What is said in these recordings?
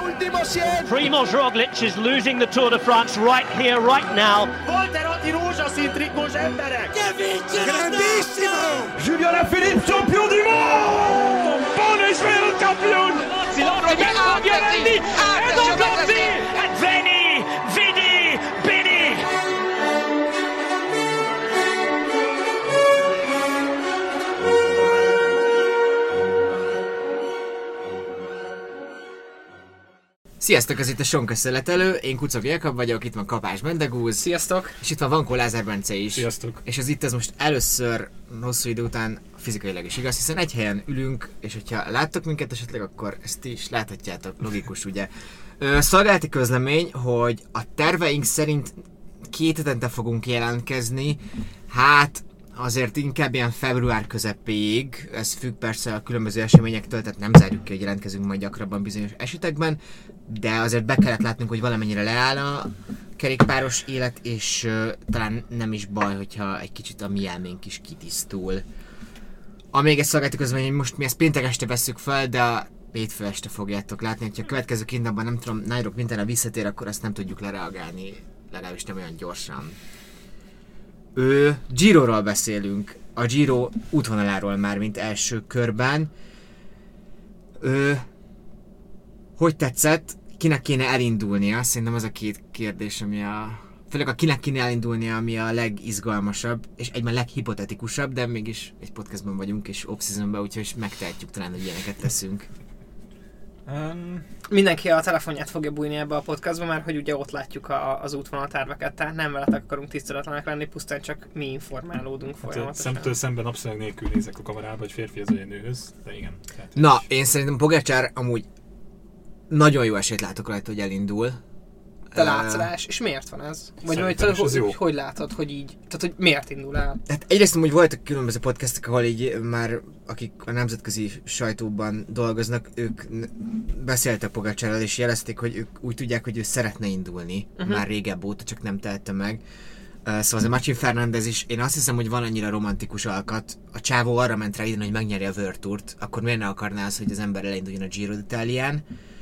Primoz Roglic is losing the Tour de France right here, right now. Walter Atti rózsaszín trikós emberek! Grandissimo! Julien Alaphilippe, champion du monde! Buon Israel champion! Bianchi, ed Ogozzi, ed Veni, Vidi, Bini! Sziasztok, ez itt a Sonka Szeletelő, én Kucog Jakab vagyok, itt van Kapás Bendegúz. Sziasztok! És itt van Vankó Lázár Bence is. Sziasztok! És az itt ez most először hosszú idő után fizikailag is igaz, hiszen egy helyen ülünk, és hogyha láttok minket esetleg, akkor ezt is láthatjátok, logikus ugye. Szolgálati közlemény, hogy a terveink szerint 2 hetente fogunk jelentkezni, hát azért inkább ilyen február közepéig, ez függ persze a különböző eseményektől, tehát nem zárjuk ki, hogy jelentkezünk majd gyakrabban bizonyos esetekben, de azért be kellett látnunk, hogy valamennyire leáll a kerékpáros élet, és talán nem is baj, hogyha egy kicsit a mi elménk is kitisztul. Még egy szolgálati közlemény, hogy most mi ezt péntek este vesszük fel, de a hétfő este fogjátok látni, hogyha a következő 2 napban nem tudom, Nairo Quintana visszatér, akkor azt nem tudjuk lereagálni, legalábbis nem olyan gyorsan. Giroról beszélünk, a Giro útvonaláról már, mint első körben. Hogy tetszett? Kinek kéne elindulnia? Szerintem az a 2 kérdés, ami főleg a kinek kéne elindulnia, ami a legizgalmasabb, és egyben leghipotetikusabb, de mégis egy podcastban vagyunk, és off-seasonben, úgyhogy megtehetjük talán, hogy ilyeneket teszünk. Mindenki a telefonját fogja bújni ebbe a podcastba, mert hogy ugye ott látjuk az útvonalterveket, tehát nem veletek akarunk tiszteletlenek lenni, pusztán csak mi informálódunk folyamatosan. Szemtől szemben abszolút nélkül nézek a kamerába, hogy férfi az olyan nőhöz, de igen. Na, én szerintem Pogačar amúgy nagyon jó esélyt látok rajta, hogy elindul. Te látsz rá, és miért van ez? Vagy hogy látod, hogy így, tehát hogy miért indul el? Hát egyrészt hogy voltak különböző podcastok, ahol így már akik a nemzetközi sajtóban dolgoznak, ők beszéltek Pogačarral és jelezték, hogy ők úgy tudják, hogy ő szeretne indulni, már régebb óta, csak nem tehette meg. Szóval az a Marcin Fernández is, én azt hiszem, hogy van annyira romantikus alkat. A csávó arra ment rá idén, hogy megnyeri a World Tourt, akkor miért ne akarná az, hogy az ember elinduljon a Giro d'Italián?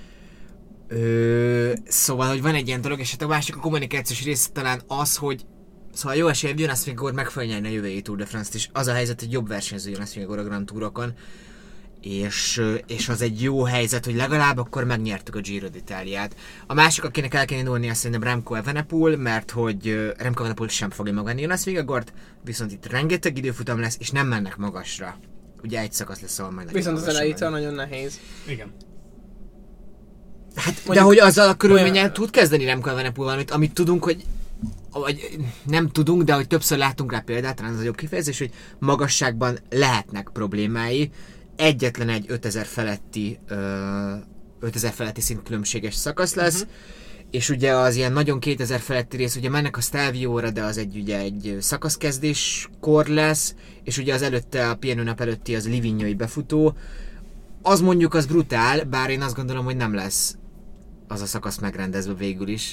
Szóval, hogy van egy ilyen dolog, és hát a másik a kommunikációs része talán az, hogy szóval jó esélye Jonas Vingegaard meg fogja nyerni a jövő évi Tour de France-t is. Az a helyzet, hogy jobb versenyző Jonas Vingegaard a Grand Tourokon, és az egy jó helyzet, hogy legalább akkor megnyertük a Giro d'Italiát. A másik, akinek el kell indulnia, szerintem Remco Evenepoel, mert hogy Remco Evenepoel sem fogja megvenni Jonas Vingegaard, viszont itt rengeteg időfutam lesz, és nem mennek magasra. Ugye egy szakasz lesz, ahol majd viszont az elejétől nagyon nehéz. Igen. Hát, de hogy azzal a körülménnyel tud kezdeni Remco Evenepoel valamit, amit tudunk, hogy vagy nem tudunk, de hogy többször látunk rá példát, talán az a jobb kifejezés, hogy magasságban lehetnek problémái. Egyetlen egy 5000 feletti szintkülönbséges szakasz lesz, és ugye az ilyen nagyon 2000 feletti rész, ugye mennek a Stelvióra, de az ugye egy szakaszkezdéskor lesz, és ugye az előtte, a pihenő nap előtti az Livignoi befutó. Az mondjuk az brutál, bár én azt gondolom, hogy nem lesz az a szakasz megrendezve végül is.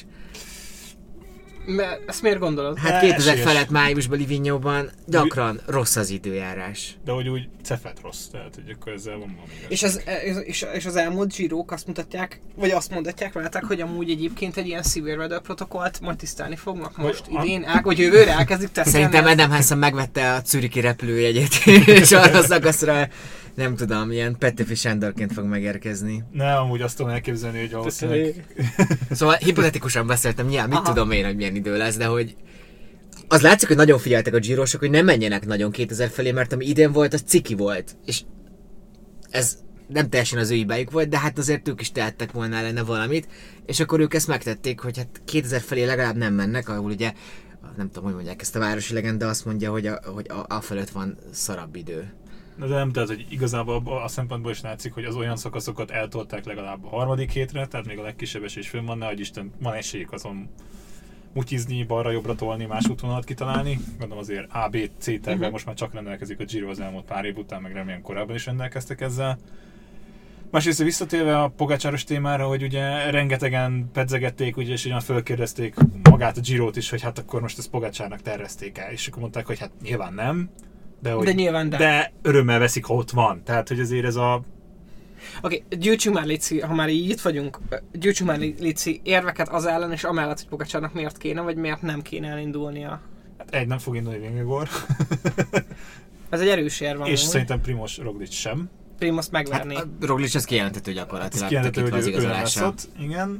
Ezt miért gondolod? Hát 2000 felett májusban Livignóban gyakran rossz az időjárás. De hogy úgy cefet rossz, tehát hogy akkor ezzel van valami. És az elmúlt Girók azt mutatják, vagy azt mondatják veletek, hogy amúgy egyébként egy ilyen severe weather protokollt majd tisztelni fognak most idén, vagy jövőre elkezdik tesztelni. Szerintem Adam Hansen megvette a zürichi repülőjegyét, és arra a szakaszra nem tudom, ilyen Petőfi Sándorként fog megérkezni. Nem, amúgy azt tudom elképzelni, hogy valószínűleg... Szóval hipotetikusan beszéltem, nyilván mit tudom én, hogy milyen idő lesz, de hogy az látszik, hogy nagyon figyeltek a Girosok, hogy nem menjenek nagyon 2000 felé, mert ami idén volt, az ciki volt. És ez nem teljesen az ő hibájuk volt, de hát azért ők is tehettek volna ellene valamit, és akkor ők ezt megtették, hogy hát 2000 felé legalább nem mennek, ahol ugye, nem tudom, hogy mondják ezt a városi legenda, azt mondja, hogy a fölött van szarabb idő. De nem, tehát, hogy igazából a szempontból is látszik, hogy az olyan szakaszokat eltolták legalább a 3. hétre, tehát még a legkisebb esés fönn van, nehogy Isten van esélyük azon mutyizni, balra-jobbra tolni, más útvonalat kitalálni. Gondolom azért A, B, C tervvel most már csak rendelkezik a Giro az elmúlt pár év után, meg remélem korábban is rendelkeztek ezzel. Másrészt visszatérve a Pogačaros témára, hogy ugye rengetegen pedzegették, ugye, és ugyan fölkérdezték magát a Girót is, hogy hát akkor most ezt Pogačarnak tervezték el, és akkor mondták, hogy hát nyilván nem. De nyilván de örömmel veszik, ha ott van. Tehát, hogy azért ez a Oké, gyűjtsünk már léci, ha már így itt vagyunk, gyűjtsünk már léci érveket az ellen, és amellett, hogy Pogačarnak miért kéne, vagy miért nem kéne elindulnia. Hát nem fog indulni Vingegaard. Ez egy erős érv. És szerintem Primož Roglič sem. Primozt megverni. Hát a Roglič az kijelentető gyakorlatilag. Ez kijelentető, hogy ő lesz ott. Igen.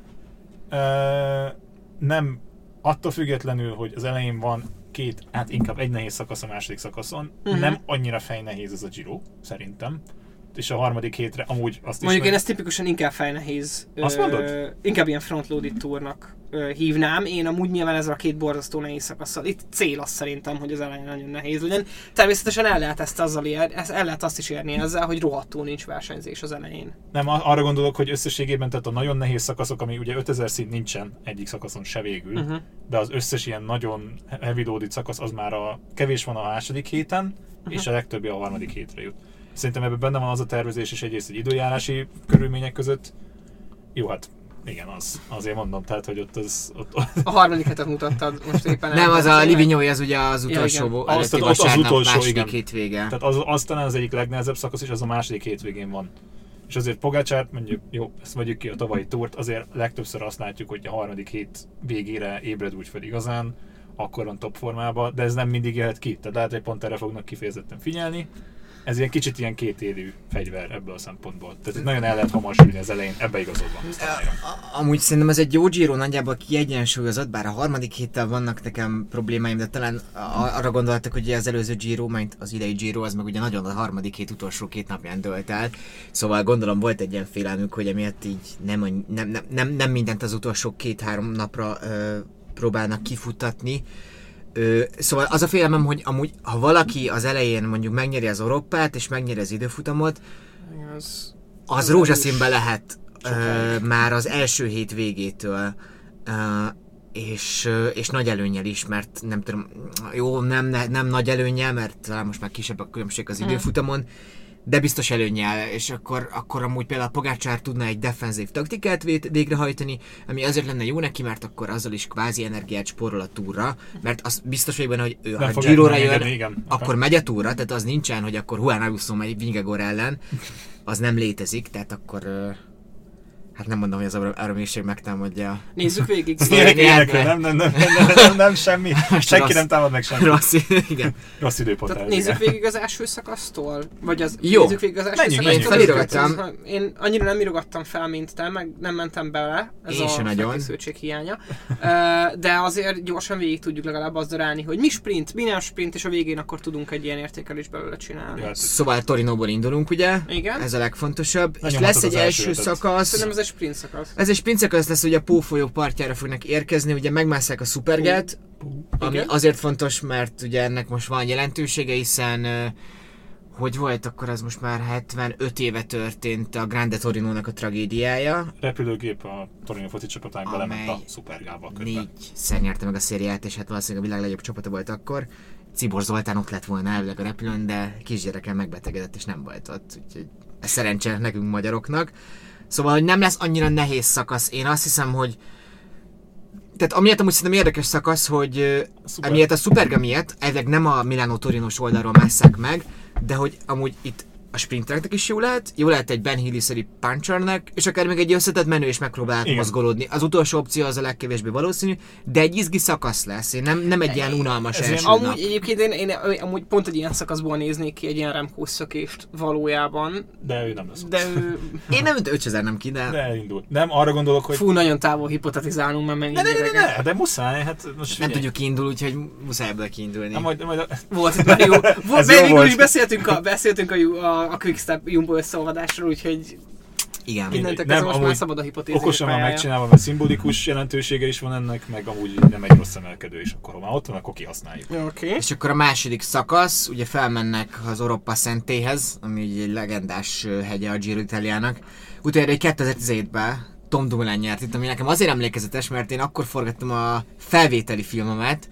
Nem, attól függetlenül, hogy az elején van inkább egy nehéz szakasz a második szakaszon, nem annyira fejnehéz ez a Giro, szerintem. És a harmadik hétre amúgy azt mondjuk én ezt tipikusan inkább fejnehéz. Azt mondod? Inkább ilyen frontloaded túrnak hívnám. Én amúgy nyilván ezzel a két borzasztó nehéz szakasszal. Itt cél az szerintem, hogy az elején nagyon nehéz legyen. Természetesen el lehet azt is érni ezzel, hogy rohadtul nincs versenyzés az elején. Nem, arra gondolok, hogy összességében tehát a nagyon nehéz szakaszok, ami ugye 5000 szint nincsen egyik szakaszon se végül, de az összes ilyen nagyon heavy loaded szakasz az már kevés van a második héten, és a legtöbbi a harmadik hétre jut. Szerintem ebben benne van az a tervezés, és egyrészt egy időjárási körülmények között. Jó, hát igen, azért mondom, tehát, hogy ott az... A harmadik hetet mutattad most éppen. Nem, az a Livigno, az ugye az utolsó előtti vasárnap második hétvége. Tehát az talán az egyik legnehezebb szakasz, és az a második hétvégén van. És azért Pogačart, mondjuk, jó, ezt vegyük ki a tavalyi túrt, azért legtöbbször azt látjuk, hogy a harmadik hét végére ébred úgy fel igazán, akkor van top formában, de ez nem mindig jöhet ki. Tehát lehet, hogy pont erre fognak kifejezetten figyelni. Ez ilyen kicsit ilyen kétélű fegyver ebből a szempontból. Tehát nagyon el lehet hamarsulni az elején, ebbe igazod van. Amúgy szerintem ez egy jó Giro, nagyjából kiegyensúlyozott, bár a harmadik héttel vannak nekem problémáim, de talán arra gondoltak, hogy az előző Giro, mint az idei Giro, az meg ugye nagyon a harmadik hét utolsó 2 napján dölt el. Szóval gondolom volt egy ilyen félelmük, hogy emiatt így nem mindent az utolsó 2-3 napra próbálnak kifuttatni. Szóval az a félelmem, hogy amúgy, ha valaki az elején mondjuk megnyeri az Európát és megnyeri az időfutamot, az rózsaszínben lehet már az első hét végétől, és nagy előnnyel is, mert nem tudom, jó, nem nagy előnnyel, mert talán most már kisebb a különbség az időfutamon, de biztos előnnyel, és akkor amúgy például Pogačar tudna egy defenzív taktikát végrehajtani, ami azért lenne jó neki, mert akkor azzal is kvázi energiát spórol a túra, mert az biztos vagyok benne, hogy ő, ha Giróra jön, akkor megy a túra, tehát az nincsen, hogy akkor Juan Ayuso megy Vingegaard ellen, az nem létezik, tehát akkor... Hát nem mondom, hogy az öröméség megtámadja. Nézzük végig. Nem semmi. Senki nem támad meg semmi. Rossz időpont. Nézzük végig az első szakasztól? Vagy az... Jó. Nézzük végig az első szakasztól. Én felirogattam. Én annyira nem írogattam fel, mint te, meg nem mentem bele. Ez a felkészültség hiánya. De azért gyorsan végig tudjuk legalább azt darálni, hogy mi sprint, mi nem sprint, és a végén akkor tudunk egy ilyen értékelést belőle csinálni. Szóval Torinóból indulunk, ugye? Igen. Ez a legfontosabb. És lesz egy első szakasz. Ez egy sprint szakasz. Ez egy sprint szakasz lesz, hogy a Pó folyó partjára fognak érkezni, ugye megmásszák a Superget, ami azért fontos, mert ugye ennek most van jelentősége, hiszen hogy volt, akkor az most már 75 éve történt a Grande Torinónak a tragédiája. Repülőgép a Torino foci csapatának belement a Supergába kötve. 4-szer nyerte meg a szériát, és hát valószínűleg a világ legjobb csapata volt akkor. Cibor Zoltán ott lett volna elvileg a repülőn, de kisgyereken megbetegedett és nem volt ott, úgyhogy ez szerencse nekünk magyaroknak. Szóval, hogy nem lesz annyira nehéz szakasz. Én azt hiszem, hogy... Tehát amiatt amúgy szerintem érdekes szakasz, hogy amiatt a Superga miatt, elvileg nem a Milano-Torinos oldalról messzek meg, de hogy amúgy itt a sprintereknek is jó lehet egy Ben Healy-szeri punchernek, és akár még egy összetett menő is megpróbál mozgolódni. Az utolsó opció az a legkevésbé valószínű, de egy izgi szakasz lesz. Én nem egy ilyen unalmas első nap. Amúgy egyébként én amúgy pont egy ilyen szakaszból néznék ki egy ilyen Remkós szökést valójában. De ő nem lesz. Én nem, 5000 nem ki, de... De elindult. Nem, arra gondolok, hogy... Fú, nagyon távol hipotetizálunk, mert mennyi Ne, de muszáj, hát most nem tudjuk kiindulni, úgyhogy muszáj ebből kiindulni. Volt itt már jó. Végül is beszéltünk a Quickstep Jumbo összeolvadásról, úgyhogy igen. Mindentől kezdve most már szabad a hipotézis. Okosan van megcsinálva, mert szimbolikus jelentősége is van ennek, meg amúgy nem egy rossz emelkedő, és akkor ha már ott van, akkor kihasználjuk. Okay. És akkor a második szakasz, ugye felmennek az Europa Szentéhez, ami egy legendás hegye a Giro d'Italiának. Utána egy 2017-ben Tom Dumoulin nyert itt, ami nekem azért emlékezetes, mert én akkor forgattam a felvételi filmemet,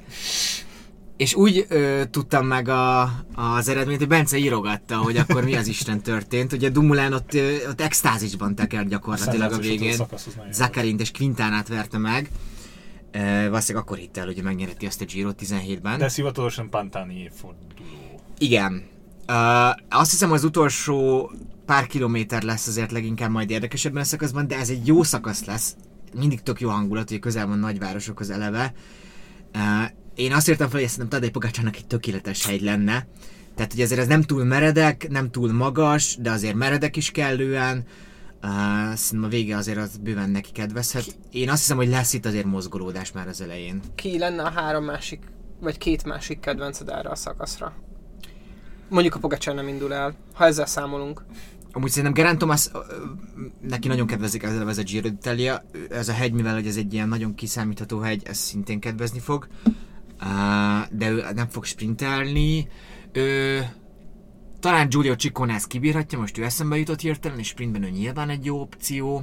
és úgy tudtam meg az eredményt, hogy Bence írogatta, hogy akkor mi az Isten történt. Ugye Dumoulin ott extázisban tekert gyakorlatilag a végén. Zaccarint és Quintanát verte meg. Valószínűleg akkor hitt el, hogy megnyerheti azt a Girot 17-ben. De hivatalosan Pantani évforduló. Igen. Azt hiszem, az utolsó pár kilométer lesz azért leginkább majd érdekesebben a szakaszban, de ez egy jó szakasz lesz. Mindig tök jó hangulat, hogy közel van nagyvárosokhoz eleve. Én azt értem fel, hogy szerintem Tadej Pogačarnak egy tökéletes hegy lenne. Tehát, hogy azért ez nem túl meredek, nem túl magas, de azért meredek is kellően. Szerintem a vége azért az bőven neki kedvezhet. Én azt hiszem, hogy lesz itt azért mozgolódás már az elején. Ki lenne a 3 másik, vagy 2 másik kedvenced erre a szakaszra? Mondjuk a Pogačar nem indul el, ha ezzel számolunk. Amúgy szerintem Geraint Thomas, neki nagyon kedvezik ez a Giro d'Italia. Ez a hegy, mivel hogy ez egy ilyen nagyon kiszámítható hegy, ez szintén kedvezni fog. De ő nem fog sprintelni. Talán Giulio Ciccone ezt kibírhatja, most ő eszembe jutott hirtelen, és sprintben ő nyilván egy jó opció.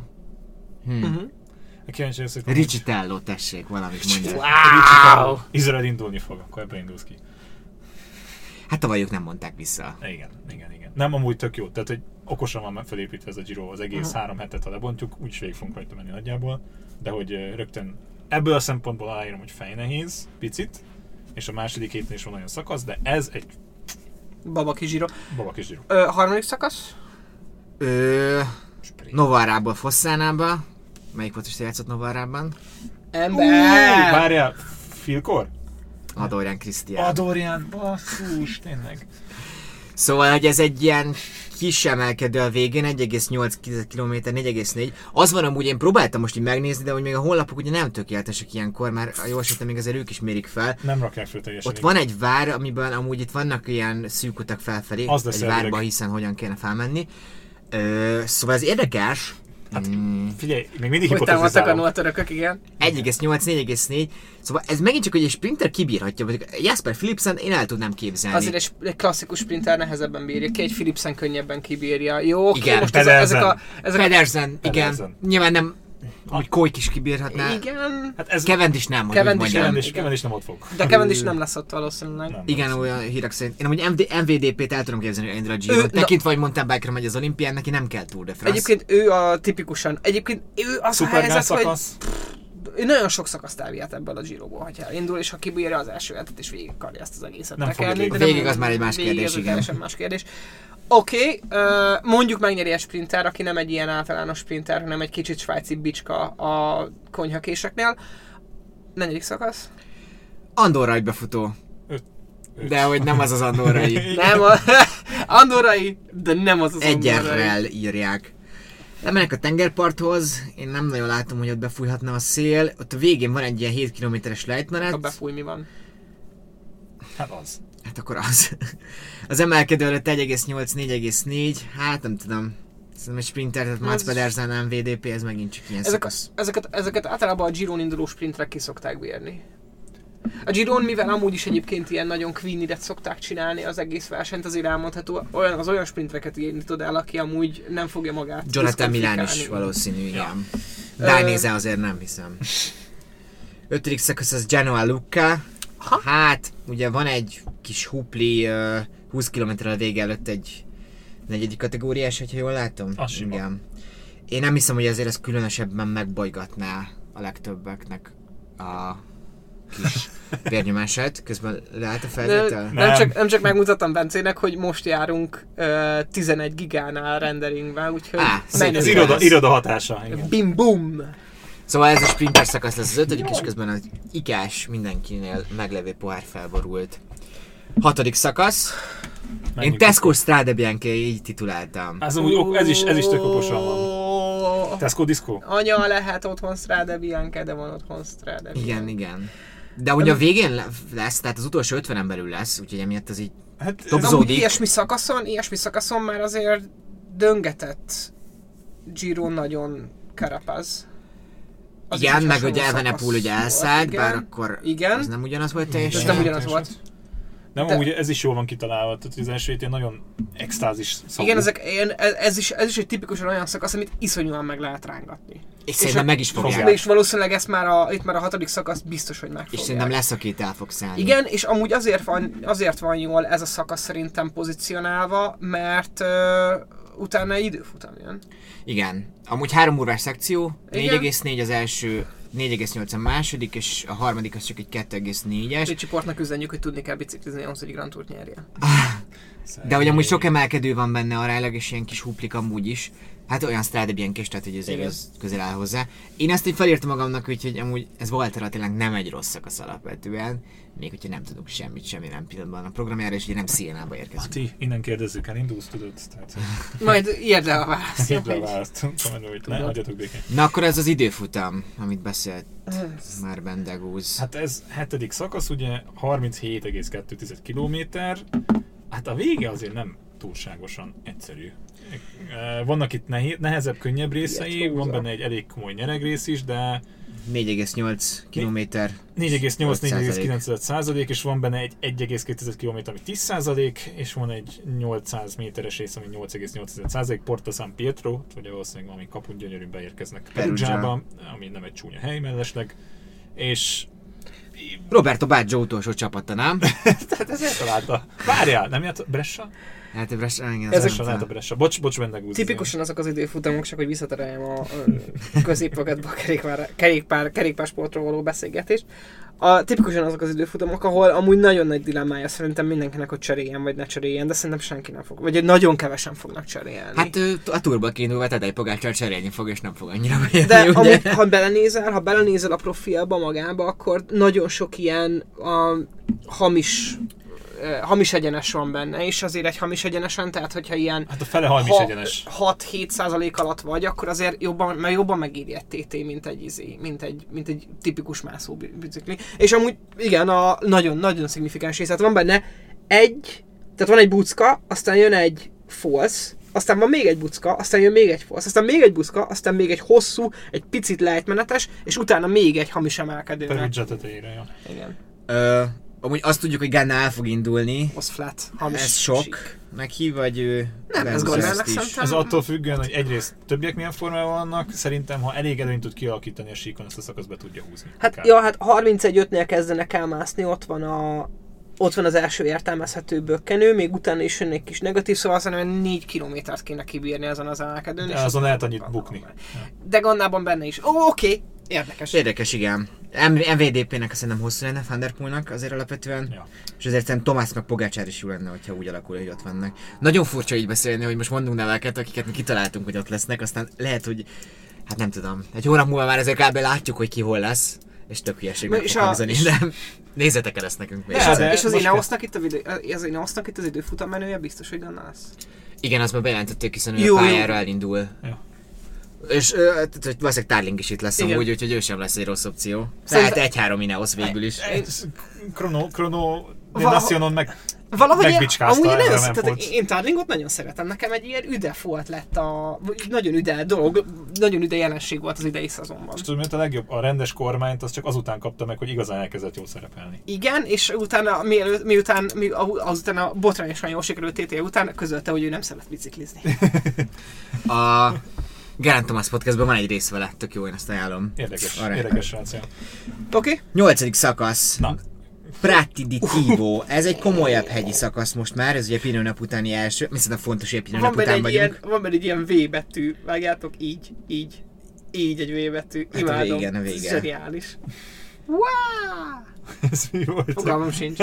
Riccitello, tessék, valamit mondja. Wow! Izrael indulni fog, akkor ebben indulsz ki. Hát tavaly ők nem mondták vissza. Igen. Nem, amúgy tök jó, tehát hogy okosan van felépítve ez a Giro, az egész 3 hetet, ha lebontjuk, úgyis végig fogunk rajta menni nagyjából, de hogy rögtön ebből a szempontból aláírom, hogy fejnehéz, picit, és a második héten is van olyan szakasz, de ez egy Baba kis Giro. Harmadik szakasz? Novarából Fossánába. Melyik volt is te játszott Novarában? Ember! Várjál, Filkor? Adorján Krisztián. Adorján, basszus, tényleg. Szóval, hogy ez egy ilyen kis emelkedő a végén, 1,8 km, 4,4. Az van amúgy, én próbáltam most így megnézni, de hogy még a honlapok ugye nem tökéletesek ilyenkor, már a jó esetben még azért ők is mérik fel. Nem rakják föl teljesen. Ott van egy vár, amiben amúgy itt vannak ilyen szűk utak felfelé, egy várba, hiszen hogyan kéne felmenni. Szóval ez érdekes. Hát figyelj, még mindig hogy támadtak a hipotezizálom. nótörökök, igen. 1,8, 4,4. Szóval ez megint csak, hogy egy sprinter kibírhatja. Jasper Philipsen én el tudnám képzelni. Azért egy klasszikus sprinter nehezebben bírja ki, egy Philipsen könnyebben kibírja. Jó, igen, most Pedersen. Pedersen, igen. Nyilván nem, hogy Koik is kibírhatná. Igen. Hát ez Cavendish nem, hogy Cavendish mondjam. nem. Cavendish nem ott fog. De Cavendish nem lesz ott valószínűleg. Nem. Igen, olyan hírek szerint. Én amúgy MVDP-t el tudom képzelni, hogy elindul a Giro. Tekintve, hogy mountain bike-ra megy az olimpián, neki nem kell Tour de France. Egyébként ő a tipikusan, ő az a helyzet, hogy szakasz. ő nagyon sok szakaszt elvihet ebből a Giro-ból, hogyha elindul, és ha kibírja az első hetet, és végig akarja ezt az egészet Nem tekerni. fogja de végig az már egy más végig kérdés, az egy igen. teljesen más kérdés. Oké, mondjuk megnyeri egy sprinter, aki nem egy ilyen általános sprinter, hanem egy kicsit svájci bicska a konyhakéseknél. 4. szakasz? Andorrai befutó. De hogy nem az az andorrai. Nem, andorrai, de nem az andorrai. Egyerrel írják. Lemennek a tengerparthoz, én nem nagyon látom, hogy ott befújhatna a szél. Ott a végén van egy ilyen 7 kilométeres lejtmenet. Ha befúj, mi van? Hát az. Hát akkor az. Az emelkedő előtt 1,8, 4,4. Hát nem tudom. Szerintem egy sprinter, tehát Mats Pedersen, nem VDP, ez megint csak ilyen szakasz. Ezeket általában a Giron induló sprintrek ki szokták bírni. A Giron, mivel amúgy is egyébként ilyen nagyon Queen-idet szokták csinálni az egész versenyt, azért elmondható, olyan sprintreket indítod el, aki amúgy nem fogja magát Jonathan Milán is valószínű, igen. Dainese azért nem hiszem. 5. szakasz az Genoa Lucca. Hát, ugye van egy kis hupli 20 km-rel vége előtt egy 4. kategóriás, hogyha jól látom. Igen. Én nem hiszem, hogy ezért ez különösebben megbajgatná a legtöbbeknek a kis vérnyomását. Közben lehet a felvétel? Nem csak megmutattam Bencének, hogy most járunk 11 gigánál renderingben, úgyhogy ez iroda hatása. Igen. Bim bum! Szóval ez a sprinter szakasz lesz az 5. és közben az ikás mindenkinél meglevő pohár felborult. 6. szakasz. Én Tesco Strade Bianche így tituláltam. Ez is tök okosan van. Tesco Disco? Anya lehet otthon Strade Bianche, de van otthon Strade Bianche. Igen. De ugye a végén lesz, tehát az utolsó 50-en belül lesz, úgyhogy emiatt az így hát, topzódik. Ilyesmi szakaszon már azért döngetett Giro nagyon Carapaz. Igen, meg ugye Evenepoel ugye elszállt, bár akkor az nem ugyanaz volt teljesen. Ez nem ugyanaz volt. Nem, amúgy ez is jól van kitalálva, tehát az első héten nagyon extázis szagú. Igen, ez is egy tipikusan olyan szakasz, amit iszonyúan meg lehet rángatni. És szerintem meg is fogják. És valószínűleg itt már a 6. szakasz biztos, hogy meg fogják. És szerintem lesz, aki itt el fog szállni. Igen, és amúgy azért van jól ez a szakasz szerintem pozícionálva, mert utána időfutam jön. Igen. Amúgy 3 órás szekció, 4,4 az első, 4,8 a második, és a harmadik az csak egy 2,4-es. Ricsi Portnak üzenjük, hogy tudni kell biciklizni, ahhoz, hogy Grand Tourt nyerje. De hogy amúgy sok emelkedő van benne aránylag, és ilyen kis huplik amúgy is. Hát olyan Strade Bianchi, tehát hogy azért ez közel áll hozzá. Én ezt így felírtam magamnak, úgyhogy amúgy ez Valterra tényleg nem egy rossz szakasz alapvetően. Még hogyha nem tudunk semmi nem pillanatban a programjára, és ugye nem Siena-ba érkezünk. Ati, innen kérdezzük, elindulsz, tudod? Tehát, Majd írd le a választ. írd le a választ, hogy hagyjatok békén. Na akkor ez az időfutam, amit beszélt már Bendegúz. Hát ez 7. szakasz, ugye 37,2 kilométer. Hát a vége azért nem túlságosan egyszerű. Vannak itt nehezebb, könnyebb részei, van benne egy elég komoly nyeregrész is, de 4,8 kilométer. 4,8-4,9%, és van benne egy 1,2 km, ami 10%, és van egy 800 méteres rész, ami 8,8%, Porta San Pietro, ugye valószínűleg valami kapun gyönyörűn beérkeznek Perugiába, ami nem egy csúnya hely mellesleg, és Roberto Baggio utolsó csapata, nem? tehát ezért találta. Várjál, nem járt Brescia? Hát a Brescia, igen. Ezek a Brescia. Bocs, Bendegúz. Tipikusan azok az időfutamok, csak hogy visszatereljem a középpagatba a kerékpársportról való beszélgetést. Tipikusan azok az időfutamok, ahol amúgy nagyon nagy dilemmája szerintem mindenkinek, hogy cseréljen vagy ne cseréljen, de szerintem senki nem fog, vagy nagyon kevesen fognak cserélni. Hát a Tourból kiindulva Tadej Pogačar cserélni fog, és nem fog annyira bejönni, de ugye? amúgy, ha belenézel a profilba magába, akkor nagyon sok ilyen hamis egyenes van benne, és azért egy hamis egyenesen, tehát hogyha ilyen hát a fele hamis egyenes. 6-7% alatt vagy, akkor azért jobban megéri egy TT, mint egy tipikus mászó bicikli. És amúgy igen, a nagyon szignifikáns rész, van benne tehát van egy bucka, aztán jön egy false, aztán van még egy bucka, aztán jön még egy false, aztán még egy bucka, aztán még egy hosszú, egy picit lejtmenetes, és utána még egy hamis emelkedő. Perugia tetejére, ja. Igen. Amúgy azt tudjuk, hogy Ganna el fog indulni. Az flat. Hamis. Ez sok neki, vagy ő... Nem, ez Gannának szerintem. Ez attól függően, hogy egyrészt többiek milyen formában vannak, szerintem ha elég előnyt tud kialakítani a síkon, ezt a szakaszt be tudja húzni. Hát 31-5-nél kezdenek elmászni, ott van az első értelmezhető bökkenő, még utána is jön egy kis negatív, szóval szerintem 4 kilométert kéne kibírni azon az emelkedőn. De azon lehet annyit bukni. De Gannában benne is. Oké. Érdekes. Érdekes, igen. MVDP-nek szerintem hosszú lenne, Van der Poelnak azért alapvetően. Ja. És azért szerintem Tomás meg Pogačar is jó lenne, hogyha úgy alakul, hogy ott vannak. Nagyon furcsa így beszélni, hogy most mondunk neveket, akiket mi kitaláltunk, hogy ott lesznek, aztán lehet, hogy hát nem tudom. Egy hónap múlva már ezért kb. Látjuk, hogy ki hol lesz. És tök hülyeségnek fog hangzani, de nézzetek el ezt nekünk még. És az Ineosnak itt az időfutam menője biztos, hogy Ganna lesz. Igen, azt már bejelentették, hiszen ő a pályára elindul. Ja. És valószínűleg Tarling is itt lesz amúgy, úgyhogy ő sem lesz egy rossz opció. Tehát 1-3 Ineos végül is. Chrono Nacionon valahogy megbicskázta ezzel nem volt. Én Tarlingot nagyon szeretem, nekem egy ilyen üde volt lett nagyon üde dolog, nagyon üde jelenség volt az idei szezonban. És tudod, miért a legjobb? A rendes kormányt az csak azután kapta meg, hogy igazán elkezdett jól szerepelni. Igen, és utána, azután a botrányosan jól sikerült TT után közölte, hogy ő nem szeret biciklizni. A Geraint Thomas podcastban van egy rész vele, tök jó, én ezt ajánlom. Érdekes srác. Oké. 8. szakasz. Na. Prati di Tivo. Ez egy komolyabb hegyi szakasz most már, ez ugye Pinot nap utáni első, viszont fontos, hogy a Pinot nap után vagyunk. Van benne egy ilyen V betű, vágjátok, így egy V betű. Hát imádom, a vége. ez zseniális. Wow! Ez mi volt? Fogalmam sincs.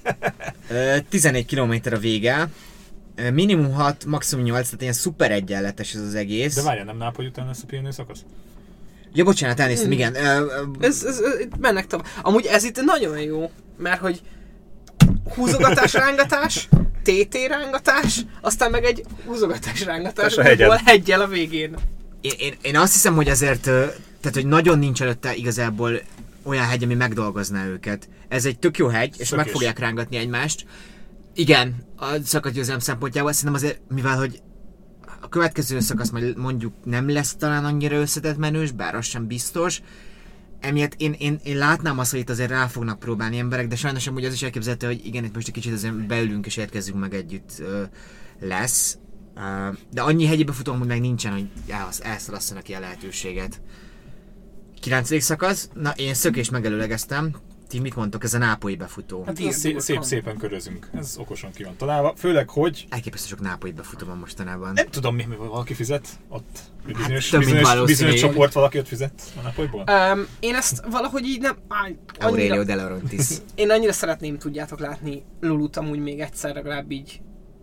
14 km a vége. Minimum 6, maximum 8, tehát ilyen szuper egyenletes ez az egész. De várjál, nem Nápoly után lesz a Pirenő szakasz? Ja, bocsánat, elnéztem, igen. Ez mennek tovább. Amúgy ez itt nagyon jó, mert hogy húzogatás, rángatás, TT rángatás, aztán meg egy húzogatás, rángatás, heggyel a végén. Én azt hiszem, hogy azért, tehát hogy nagyon nincs előtte igazából olyan hegy, ami megdolgozná őket. Ez egy tök jó hegy, és meg fogják rángatni egymást. Igen, a szakaszgyőzelem szempontjából szerintem azért, mivel hogy a következő szakasz majd mondjuk nem lesz talán annyira összetett menős, bár az sem biztos. Emiatt én látnám azt, hogy itt azért rá fognak próbálni emberek, de sajnos amúgy az is elképzelhető, hogy igen, itt most egy kicsit azért beülünk és érkezzünk meg együtt lesz. De annyi hegyi befutó, hogy meg nincsen, hogy elszalasszanak ki a lehetőséget. 9. szakasz, na én szökést megelőlegeztem. Ti mit mondtok, ez a nápolyi befutó? Hát szépen körözünk, ez okosan ki van találva, főleg hogy... Elképesztő sok nápolyi befutó van mostanában. Nem tudom mi valaki fizet ott, bizonyos csoport valaki ott fizet a nápolyból? Én ezt valahogy így nem... Aurelio De Laurentiis. Én annyira szeretném, tudjátok látni Lulut amúgy még egyszer legalább így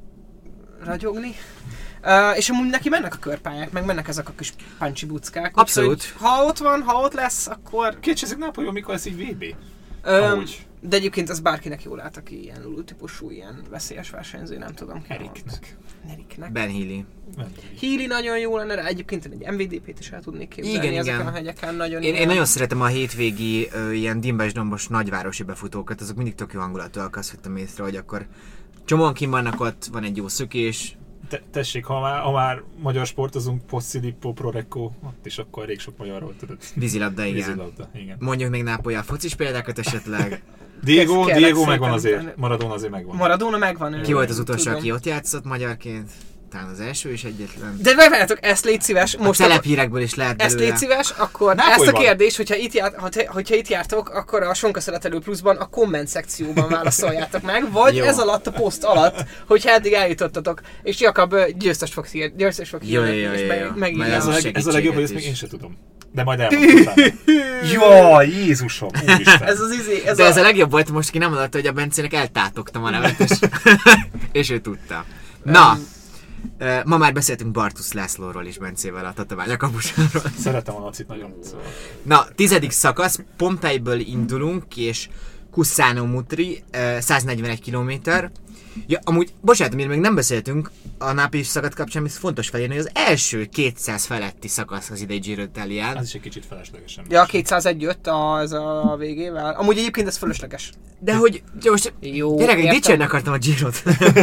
ragyogni. És amúgy neki mennek a körpályák, meg mennek ezek a kis pancsi buckák. Abszolút. Úgyhogy, ha ott van, ha ott lesz, akkor... Kérdezik Nápolyban, mikor lesz így VB? Amúgy. De egyébként ez bárkinek jól állt, aki ilyen Lulu típusú, ilyen veszélyes versenyző, nem tudom ki. Eriknek. Ben Healy. Healy nagyon jó lenne, de egyébként egy MVDP-t is el tudnék képzelni ezeken a hegyeken. Nagyon én nagyon szeretem a hétvégi ilyen dimbes-dombos nagyvárosi befutókat, azok mindig tök jó hangulatúak, azt vettem észre, hogy akkor csomóan kim vannak ott, van egy jó szökés. Tessék, ha már magyar sportozunk, Pozzilippo, Prorecco, ott is akkor elég sok magyarról tudod. Vízilabda, igen. Mondjuk még Nápoly a focis példákat esetleg. Diego megvan azért, Maradona azért megvan. Maradona megvan. Ki volt az utolsó, aki ott játszott magyarként? Talán az első is egyetlen. De megvárjátok, ezt légy szíves. Most a telephírekből is lehet belőle. Ezt légy szíves, akkor Nápolyban. ezt a kérdést, hogyha itt jártok, akkor a Sonka Szeretelő Pluszban a komment szekcióban válaszoljátok meg, vagy ez alatt a poszt alatt, hogyha eddig eljutottatok, és Jakab győztes fog írni, és megírja. Ez a legjobb, hogy ezt még én sem tudom. De majd elmondtam. Jaj, Jézusom, úristen. Ez a legjobb volt most, ki nem mondatta, hogy a Bencének eltátogtam a nevet, és ő tudta. Na, ma már beszéltünk Bartusz Lászlóról is Bencével, a tatabányakapusáról. Szeretem a Lacit nagyon. Na, 10. szakasz, Pompeiből indulunk, és Cussano Mutri, 141 kilométer. Ja, amúgy, bocsánat, miért még nem beszéltünk a nápi szakasz kapcsán, ez fontos felírni, hogy az első 200 feletti szakasz az idei Giro d'Italián. Ez is egy kicsit feleslegesen. Ja, 201 jött ez a végével. Amúgy egyébként ez fölösleges. De hogy, most gyerekek, dicsérni akartam a Girot.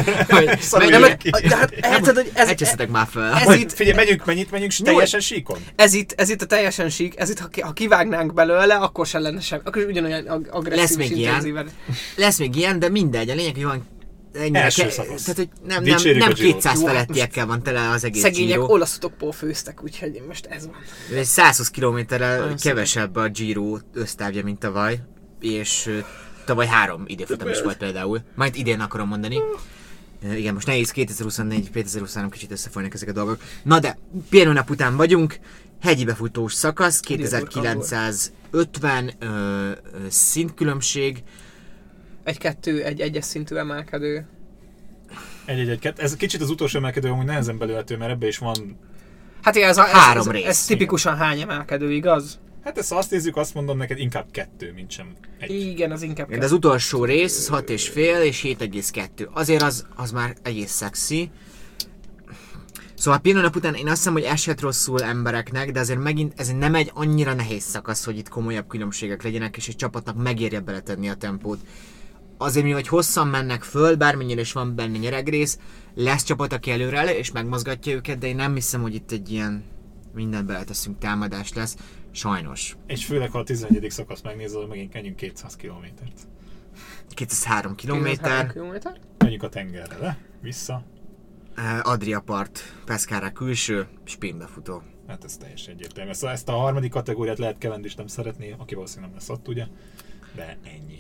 Egyszetek már fel. Figyelj, menjünk teljesen síkon. Ez itt a teljesen sík, ez itt, ha kivágnánk belőle, akkor sem lenne sem. Akkor ugyanolyan agresszív és intenzíven. Lesz még ilyen, de mindegy, a lényeg, hogy van első szakasz. Tehát, hogy nem 200 felettiekkel van tele az egész szegények Giro. olaszotokból főztek, úgyhogy most ez van. 120 kilométerrel kevesebb a Giro ösztávja, mint tavaly, és tavaly 3 időfutam is volt például. Majd idén akarom mondani. Igen, most nehéz 2024-2023 kicsit összefolynak ezek a dolgok. Na de, pihenő nap után vagyunk, hegyi befutós szakasz, 2950 szintkülönbség. Egy egyes szintű emelkedő. Ez kicsit az utolsó emelkedő, amúgy nehezen belőhető, mert ebbe is van... Hát igen, három rész. Ez tipikusan hány emelkedő, igaz? Hát ezt azt nézzük, azt mondom neked inkább 2, mint sem 1. Igen, az inkább 2. De az utolsó rész 6,5 és 7,2. Azért az már egész szexi. Szóval a pillanat után én azt hiszem, hogy esett rosszul embereknek, de azért megint ez nem egy annyira nehéz szakasz, hogy itt komolyabb különbségek legyenek, és egy csapatnak megérje beletenni a tempót. Azért mi, hogy hosszan mennek föl, bármennyire is van benne nyeregrész, lesz csapat, aki előre és megmozgatja őket, de én nem hiszem, hogy itt egy ilyen mindent beleteszünk támadás lesz. Sajnos. És főleg, ha a 11. szakasz megnézed, megint menjünk 200 kilométert. 203 kilométer. Menjünk a tengerre, le? Vissza. Adria part, Pescara külső, sprintbefutó. Hát ez teljesen egyértelmű. Szóval ezt a harmadik kategóriát lehet Cavendish nem szeretné, aki valószínűleg nem lesz ott, ugye? De ennyi.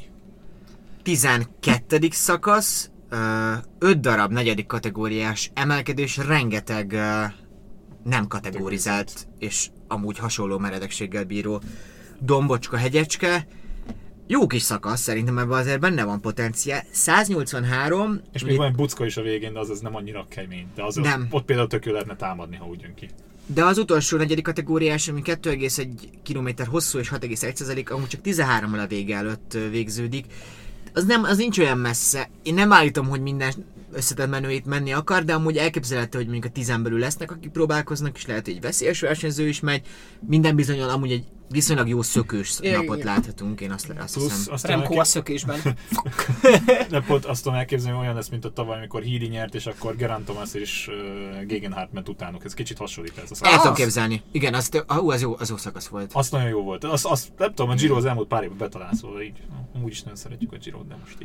12. szakasz, 5 darab negyedik kategóriás emelkedés, rengeteg nem kategorizált és amúgy hasonló meredekséggel bíró dombocska, hegyecske. Jó kis szakasz, szerintem ebben azért benne van potenciál. 183. És még van bucka is a végén, de az nem annyira kemény. De az ott például tök jó lehetne támadni, ha úgy jön ki. De az utolsó negyedik kategóriás, ami 2,1 km hosszú és 6,1%, amúgy csak 13-mal a vége előtt végződik. Az nincs olyan messze. Én nem állítom, hogy minden összetett menőit menni akar, de amúgy elképzelhető, hogy mondjuk a 10 belül lesznek, akik próbálkoznak, és lehet, hogy egy veszélyes versenyző is megy. Minden bizonnyal amúgy egy viszonylag jó szökős napot láthatunk, én azt hiszem. Remco a szökésben. De pont azt tudom elképzelni, olyan lesz, mint a tavaly, amikor Healy nyert, és akkor Geraint Thomas és Gegenhardt ment utánuk. Ez kicsit hasonlít ez a szakasz. El tudom képzelni. Igen, az jó szakasz volt. Az nagyon jó volt. Azt nem tudom, a Giro az elmúlt pár évben betalált, szóval így úgy is nagyon szeretjük a Girot, de most így.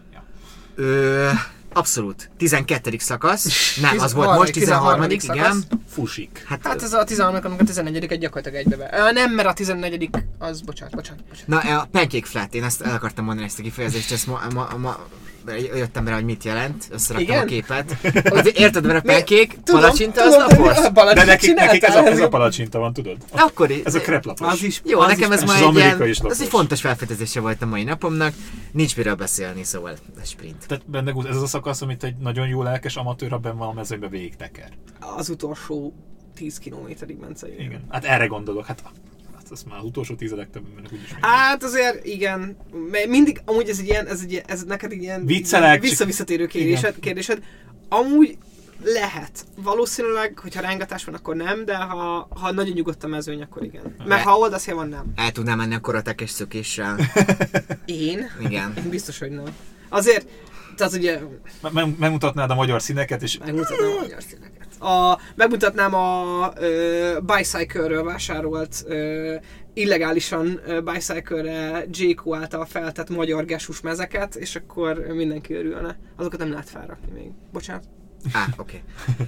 Ja. Abszolút. 12. szakasz. Nem, az volt most 13. igen. Fusik. Hát ez a 13. amikor a 14. gyakorlatilag egybe. Nem, mert a 14. az... Bocsánat. Na, a pancake flat, én ezt el akartam mondani, ezt a kifejezést, ezt ma jöttem rá, hogy mit jelent, összeraktam a képet. Érted, mert a pancake, palacsinta az napos? De nekik ez a palacsinta van, tudod? Akkor ez a kreplapos. Jó, nekem ez ma egy ilyen, ez egy fontos felfedezése volt a mai napomnak. Nincs miről beszélni, szóval a sprint. Tehát benne ez a szakasz szakasz, amit egy nagyon jó lelkes amatőr abban van a mezőnyben végig teker. Az utolsó 10 kilométerig ment szerintem. Igen. Hát erre gondolok. Hát az már az utolsó tizedek többen mennek úgyis. Hát igen. Mindig, amúgy ez neked ilyen viccelek, visszatérő kérdésed. Amúgy lehet. Valószínűleg, hogyha rángatás van, akkor nem, de ha nagyon nyugodt a mezőny, akkor igen. Mert ha oldaszél van, nem. El tudnám menni akkor a tekes szökéssel. Én? Igen. Én biztos, hogy nem. Azért, tehát ugye... Megmutatnád a magyar színeket, és... Megmutatnám a magyar színeket. Megmutatnám a Bicycle-ről vásárolt, illegálisan Bicycle-re JQ által feltett magyar gesus mezeket, és akkor mindenki örülne. Azokat nem lehet felrakni még. Bocsánat. Oké.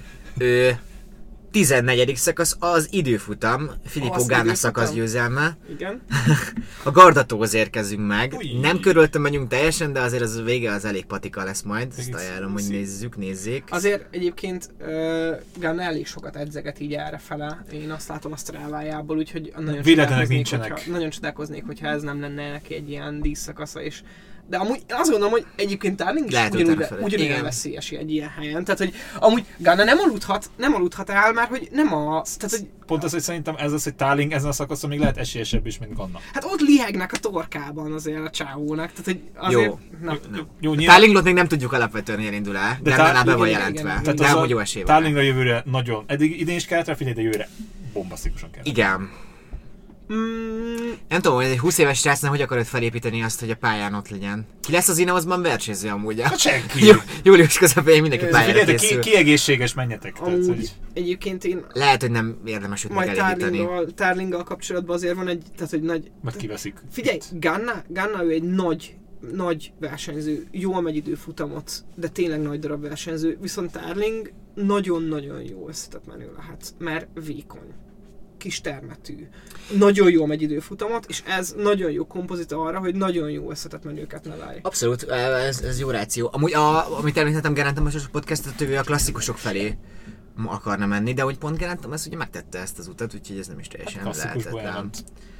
14. szakasz az időfutam, Filippo Ganna szakasz győzelme. Igen. A Gardatóhoz érkezünk meg. Ui. Nem körülöttem megyünk teljesen, de azért az vége az elég patika lesz majd. Ezt ajánlom, hogy nézzék. Azért egyébként Ganna elég sokat edzeget így errefele. Én azt látom a Strávájából, úgyhogy nagyon csodálkoznék, hogyha ez nem lenne neki egy ilyen díszszakasza is. De amúgy én azt gondolom, hogy egyébként Darling is ugyanúgy veszélyes egy ilyen helyen. Tehát, hogy amúgy Ganna nem aludhat el, mert hogy nem tehát, hogy pont az, hogy szerintem ez az, hogy Darling ezen a szakaszon még lehet esélyesebb is, mint Ganna. Hát ott lihegnek a torkában azért a csávónak. Tehát, hogy azért... Jó, Darlingot még nem tudjuk alapvetően elindul el, de Gannánál be van jelentve. Tehát de amúgy jó esély van. Darlingra jövőre nagyon, eddig idén is kellett rá figyelni, de jövőre bombasztikusan kell. Igen. Nem tudom, hogy egy 20 éves srácnál hogy akarod felépíteni azt, hogy a pályán ott legyen. Ki lesz az Ineosban versenyző amúgy? Hát senki. Július közepén mindenki pályára készül. Ki egészséges, menjetek. Amúgy, tehát, hogy... egyébként én... Lehet, hogy nem érdemes őt megelégíteni. Majd Darlinggal kapcsolatban azért van egy, tehát hogy nagy... Mert kiveszik. Figyelj, Ganna ő egy nagy versenyző, jól megy időfutamot, de tényleg nagy darab versenyző, viszont Darling nagyon-nagyon jó összetett menő lehet, mert vékony, kis termetű, nagyon jól megy időfutamot, és ez nagyon jó kompozit arra, hogy nagyon jó összetett menőket nevelj. Abszolút, ez jó ráció. Amúgy, amit említettem Geraint Thomas podcastot, ő a klasszikusok felé akarna menni, de hogy pont Geraint Thomas ugye megtette ezt az utat, úgyhogy ez nem is teljesen lehetetlen.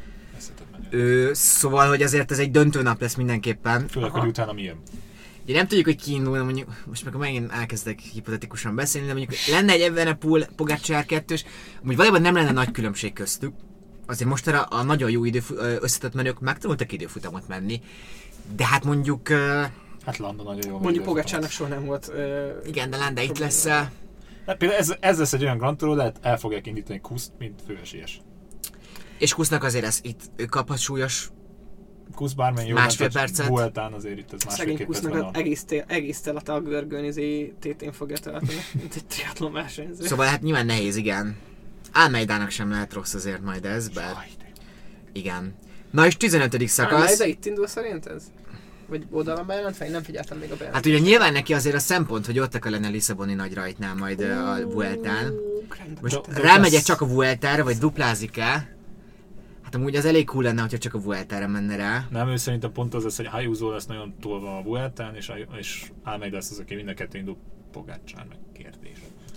Szóval, hogy azért ez egy döntő nap lesz mindenképpen. Főleg, hogy utána mi jön. Ugye nem tudjuk, hogy ki indul, mondjuk, most meg megint elkezdek hipotetikusan beszélni, de mondjuk lenne egy Evenepoel Pogačar 2-s, amúgy valójában nem lenne nagy különbség köztük. Azért mostanra a nagyon jó összetett menők megtanultak időfutamot menni, de hát mondjuk... Hát Landa nagyon jó. Mondjuk Pogačarnak soha nem volt... igen, de Landa itt lesz... Hát például ez lesz egy olyan Grand Tour, lehet el fogják indítani Kuszt, mint főesélyes. És Kusznak azért ő kaphat súlyos Kusz bármilyen jó, másfél percet. Vueltán azért itt ez másfél-két percben van. Egész telete a görgőn tétén fogja tölteni, mint egy triatlon versenyző. Szóval hát nyilván nehéz, igen. Almeidának sem lehet rossz azért majd ez, bár... Igen. Na és 15. szakasz... Almeida itt indul szerint ez? Vagy oda van bejelentve? Én nem figyeltem még a bejelentést. Hát ugye nyilván neki azért a szempont, hogy ott akar lenni a Lisszaboni nagy rajtnál majd a Vueltán. Most rámegyek csak a Vueltára, vagy duplázik-e? Hát amúgy az elég cool lenne, hogyha csak a Vueltára menne rá. Nem, ő szerintem pont az lesz, hogy Ayuso lesz nagyon tolva a Vueltán, és Almeida lesz az, aki mind a kettő indul. Pogačar meg kérdés.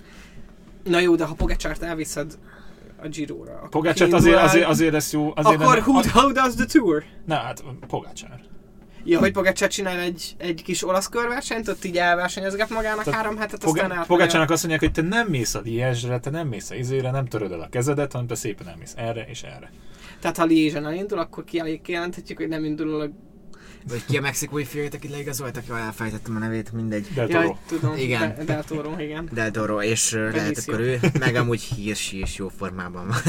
Na jó, de ha Pogačart elviszed a Giro-ra... Pogačart azért lesz jó... Akkor how does the tour? Na hát Pogačar. Ja, hogy Pogačar csinál egy kis olasz körversenyt, ott így elversenyezget magának 3 hetet, aztán átmegy. Pogačarnak azt mondják, hogy te nem mész a Liège-re, te nem mész a izére, nem töröd el a kezedet, hanem te szépen elmész erre és erre. Tehát ha Liège-en elindul, akkor kijelenthetjük, hogy nem indul a... Vagy ki a mexikói fiújét, akit leigazoltak, jól elfelejtettem a nevét, mindegy. Del Toro. Ja, tudom, igen. Del Toro, igen. Del Toro, és lehet akkor ő, meg amúgy Hirschi is jó formában van.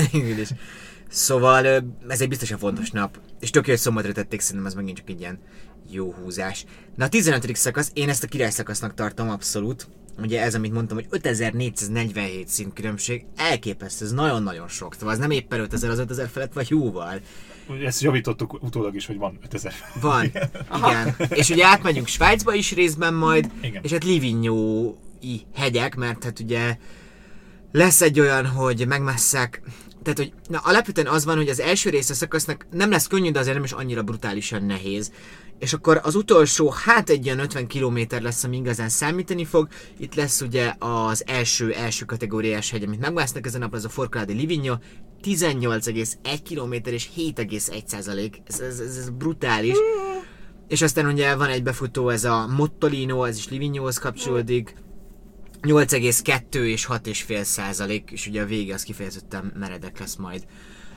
Szóval ez egy biztosan fontos nap, és tök jó, hogy szombatra tették, szerintem ez megint csak egy ilyen jó húzás. Na a 15. szakasz, én ezt a király szakasznak tartom abszolút. Ugye ez, amit mondtam, hogy 5447 szintkülönbség, elképesztő, ez nagyon-nagyon sok. Szóval ez nem éppen 5000, az 5000 felett vagy jóval. Ezt javítottuk utólag is, hogy van 5000. Van, igen. És ugye átmegyünk Svájcba is részben majd, igen. És hát Livigno-i hegyek, mert hát ugye lesz egy olyan, hogy megmesszek. Tehát, hogy alapvetően az van, hogy az első rész a szakasznak nem lesz könnyű, de azért nem is annyira brutálisan nehéz. És akkor az utolsó, hát egy ilyen 50 km lesz, ami igazán számítani fog. Itt lesz ugye az első kategóriás hegy, amit megmásznak ezen napra, az a Forcada di Livigno. 18,1 km és 7,1%. Ez brutális. És aztán ugye van egy befutó, ez a Mottolino, ez is Livignohoz kapcsolódik. 8,2 és 6,5%, és ugye a vége az kifejezetten meredek lesz majd.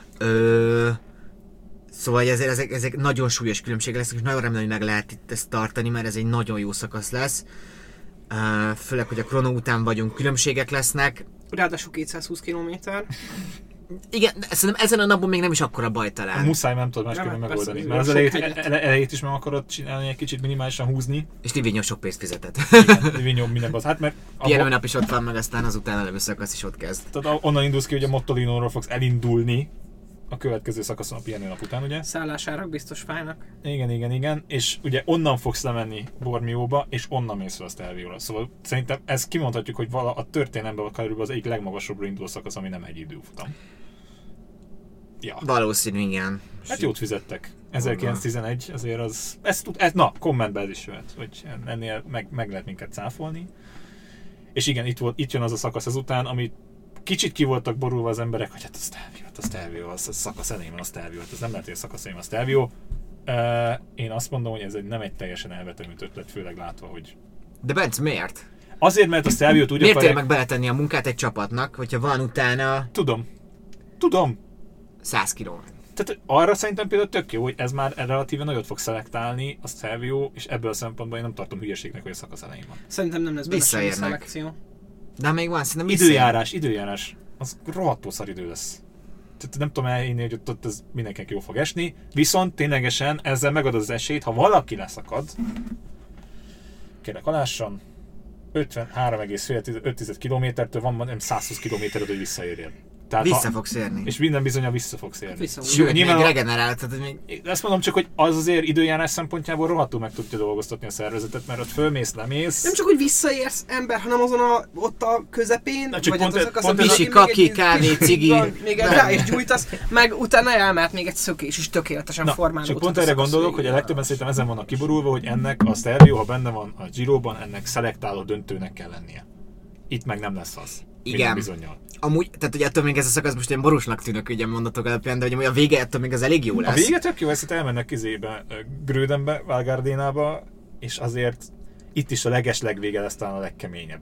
Szóval ezek nagyon súlyos különbségek lesznek, és nagyon remélem, hogy meg lehet itt ezt tartani, mert ez egy nagyon jó szakasz lesz. Főleg, hogy a Chrono után vagyunk, különbségek lesznek. Ráadásul 220 km. Igen, szerintem ezen a napon még nem is akkora baj talán. Muszáj, nem tudod másképpen megoldani. persze, Mert az sok elejét is meg akarod csinálni, egy kicsit minimálisan húzni. És Livigno sok pénzt fizetett. Livigno minden az. Hát mert Pihenő nap is ott van, meg aztán azután levő szakasz is ott kezd. tehát onnan indulsz ki, hogy a Mottolinóról fogsz elindulni a következő szakaszon a pihenő nap után, ugye? Szállásárak biztos fájnak. Igen. És ugye onnan fogsz lemenni Bormióba, és onnan mész fel a Stelvio-ra. Szóval szerintem ezt kimondhatjuk, hogy a történelemben körülbelül az egyik legmagasabbra induló szakasz, ami nem egy időfutam. Ja. Valószínű, igen. Hát jót fizettek. 1911, azért az... Na, kommentben ez is jöhet, hogy ennél meg lehet minket cáfolni. És igen, itt jön az a szakasz ezután, amit kicsit ki voltak borulva az emberek, hogy hát a Stelvio, a szakasz elején van a Stelvio, hát ez nem lehet, hogy a szakasz elején van a Stelvio. Én azt mondom, hogy ez nem egy teljesen elvetemült ötlet, főleg látva, hogy... De Bence, miért? Azért, mert a Stelviót úgy miért akarják... meg beletenni a munkát egy csapatnak, hogyha van utána... Tudom. 100 km. Tehát arra szerintem például tök jó, hogy ez már relatíve nagyot fog szelektálni a Stelvio, és ebből a szempontból én nem tartom hülyeségnek, hogy a szakasz elején van. Szerintem nem lesz benne semmi Visszaérnek. szelekció. De még van, szerintem Időjárás. Az rohadtul szar idő lesz. Tehát nem tudom elhinni, hogy ott ez mindenkinek jó fog esni, viszont ténylegesen ezzel megadod az esélyt, ha valaki leszakad, kérlek alássan, 53,5 kilométertől van, nem 120 kilométered, hogy visszaérjen. Tehát vissza fogsz érni. És minden bizonnyal vissza fogsz érni. Sőt, még regenerál, tehát még... Azt mondom csak, hogy az azért időjárás szempontjából rohadtul meg tudja dolgoztatni a szervezetet, mert ott fölmész, lemész. Nem csak, hogy visszaérsz ember, hanem azon ott a közepén, na, csak vagy pont Pisi, kaki, kávé, cigi. Még rá is gyújtasz, meg utána elmehet még egy szökés is tökéletesen formálódhat. Csak pont erre gondolok, hogy a legtöbben szerintem ezen vannak kiborulva, hogy ennek a Stelvio, ha benne van a Giroban, ennek szelektáló döntőnek kell lennie. Itt meg nem lesz az. Igen. Bizonnyal. Amúgy, tehát hogy attól még ez a szakasz most ilyen borúsnak tűnök ugye mondatok alapján, de hogy a vége attól még az elég jó lesz. A vége tök jó, ezt elmennek Kizébe, Grödenbe, Valgardénába, és azért itt is a legeslegvége lesz talán a legkeményebb.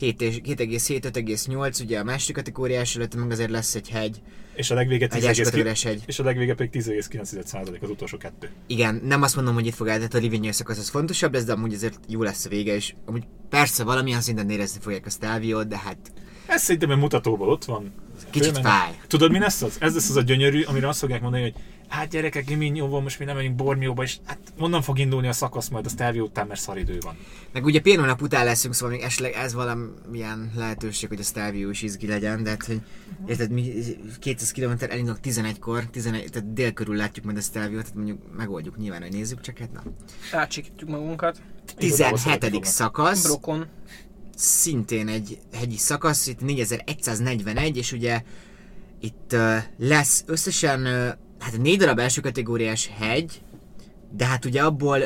7,7-5,8, ugye a második kategóriás előtt meg azért lesz egy hegy. És a legvége egy első kategóriás hegy. És a legvége pedig 10,9% az utolsó kettő. Igen, nem azt mondom, hogy itt fog tehát a Livigno szakasz az fontosabb lesz, de amúgy azért jó lesz a vége, és amúgy persze valamilyen szinten érezni fogják a Stelviót, de hát... Ez szerintem egy mutatóból ott van. Kicsit fáj. Tudod, mi lesz az? Ez lesz az a gyönyörű, amire azt fogják mondani, hogy hát gyerekek, Livignoban most mi nem megyünk Bormióba, és hát onnan fog indulni a szakasz majd a Stelvio után, mert szaridő van. Meg ugye pihenő nap után leszünk, szóval még esetleg ez valamilyen lehetőség, hogy a Stelvio is izgi legyen, de hát, hogy érted, mi 200 km elindulunk 11-kor, tehát dél körül látjuk majd a Stelviót, tehát mondjuk megoldjuk nyilván, hogy nézzük, csak hát na. Átsikítjuk magunkat. 17. szakasz. Brokon. Szintén egy hegyi szakasz, itt 4141, és ugye itt lesz összesen hát 4 darab első kategóriás hegy, de hát ugye abból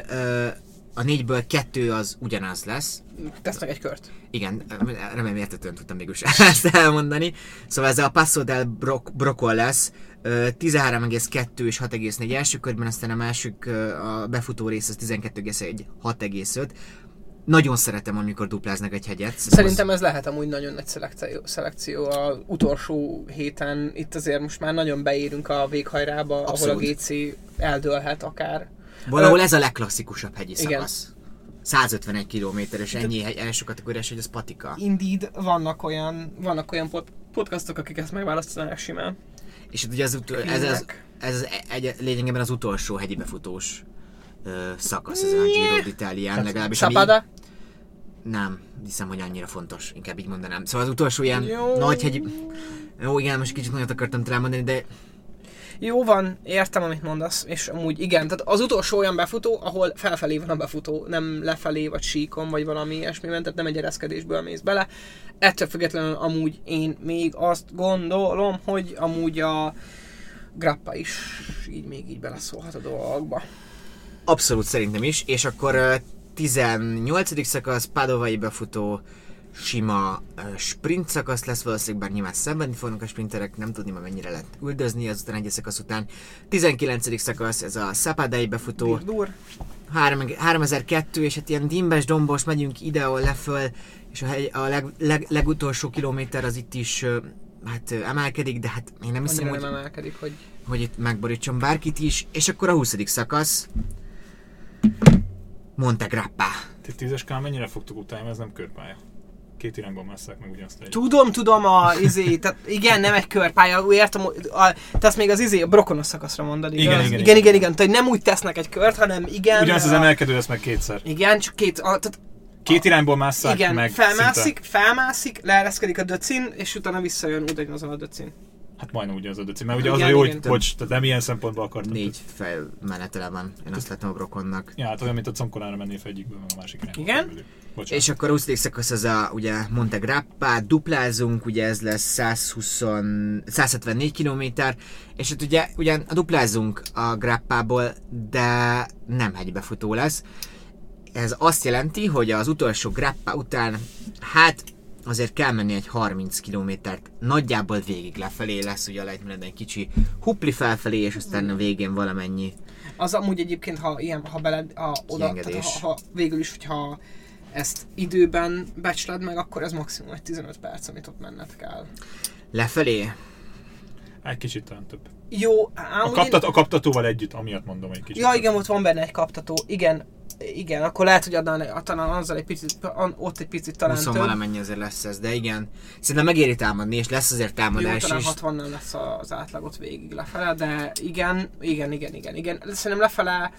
a 4-ből 2 az ugyanaz lesz. Tesznek egy kört. Igen, remélem értetően tudtam mégis ezt elmondani. Szóval ez a Passo del Brocol lesz, 13,2 és 6,4 első körben, aztán a másik a befutó rész az 12,1, 6,5. Nagyon szeretem, amikor dupláznak egy hegyet. Szerintem ez lehet amúgy nagyon nagy szelekció az utolsó héten. Itt azért most már nagyon beérünk a véghajrába, abszolút. Ahol a GC eldőlhet akár. Valahol ez a legklasszikusabb hegyi szakasz. 151 kilométeres, ennyi első kategóriás, hogy az patika. Indeed, vannak olyan podcastok, akik ezt megválasztanak simán. És ugye ez lényegében az utolsó hegyi befutós szakasz ezen a Giro d'Italián, legalábbis Sapada? Nem, hiszem, hogy annyira fontos, inkább így mondanám. Szóval az utolsó ilyen nagy hegyi... Jó, igen, most kicsit nagyot akartam talán mondani, de... Jó van, értem, amit mondasz, és amúgy igen, tehát az utolsó olyan befutó, ahol felfelé van a befutó, nem lefelé, vagy síkon, vagy valami ilyesmiben, tehát nem egy ereszkedésből mész bele. Ettől függetlenül amúgy én még azt gondolom, hogy amúgy a Grappa is így beleszólhat a dolgokba. Abszolút szerintem is, és akkor 18. szakasz, Padovai befutó, sima sprint szakasz lesz valószínűleg, bár nyilván szenvedni fognak a sprinterek, nem tudni már mennyire lehet üldözni azután egy szakasz után. 19. szakasz, ez a Szapadai befutó. 3002, és hát ilyen dimbes, dombos, megyünk ide, leföl, és a legutolsó kilométer az itt is hát emelkedik, de hát én nem hiszem, nem emelkedik, hogy itt megborítson bárkit is. És akkor a 20. szakasz, Monte Grappa. Ti 10-es mennyire fogtok utálni, ez nem körpálya. Két irányban messzák meg ugyanazt egy. Tudom, tehát igen, nem egy körpálya, értem, te azt még a Brokonos szakaszra mondod, igaz? Igen, tehát nem úgy tesznek egy kört, hanem igen. Ugyanaz az emelkedő lesz meg kétszer. Igen, csak két irányból másszák igen, meg. felmászik, leereszkedik a döcin, és utána visszajön ugyanazon a döcin. Hát majdnem ugyanaz a döcin, mert ugye igen, az a jó, hogy bocs, tehát nem ilyen szempontból akartam. 4 felmenetele van, én azt látom a Brokonnak. Ja, hát olyan, mint a Concolára mennél fel egyikből, meg a másik irányból. Igen. És akkor a 20. szakasz az a ugye Monte Grappa, duplázunk, ugye ez lesz 174 km, és hát ugye ugyan duplázunk a Grappából, de nem hegybefutó lesz. Ez azt jelenti, hogy az utolsó Grappa után, hát azért kell menni egy 30 kilométert, nagyjából végig lefelé lesz, ugye a lejtmenetben egy kicsi hupli felfelé, és aztán a végén valamennyi. Az amúgy egyébként, ha végül is, hogyha ezt időben becsled meg, akkor ez maximum egy 15 perc, amit ott menned kell. Lefelé? Egy kicsit talán több. Jó, a kaptatóval együtt, amiatt mondom egy kicsit. Ja, igen, ott van benne egy kaptató. Igen, akkor lehet, hogy talán azzal egy picit, ott egy picit talán 20 valamennyi azért lesz ez, de igen. Szerintem megéri támadni, és lesz azért támadás. Jó, talán 60 nem lesz az átlagot végig lefele, de igen. Szerintem lefele...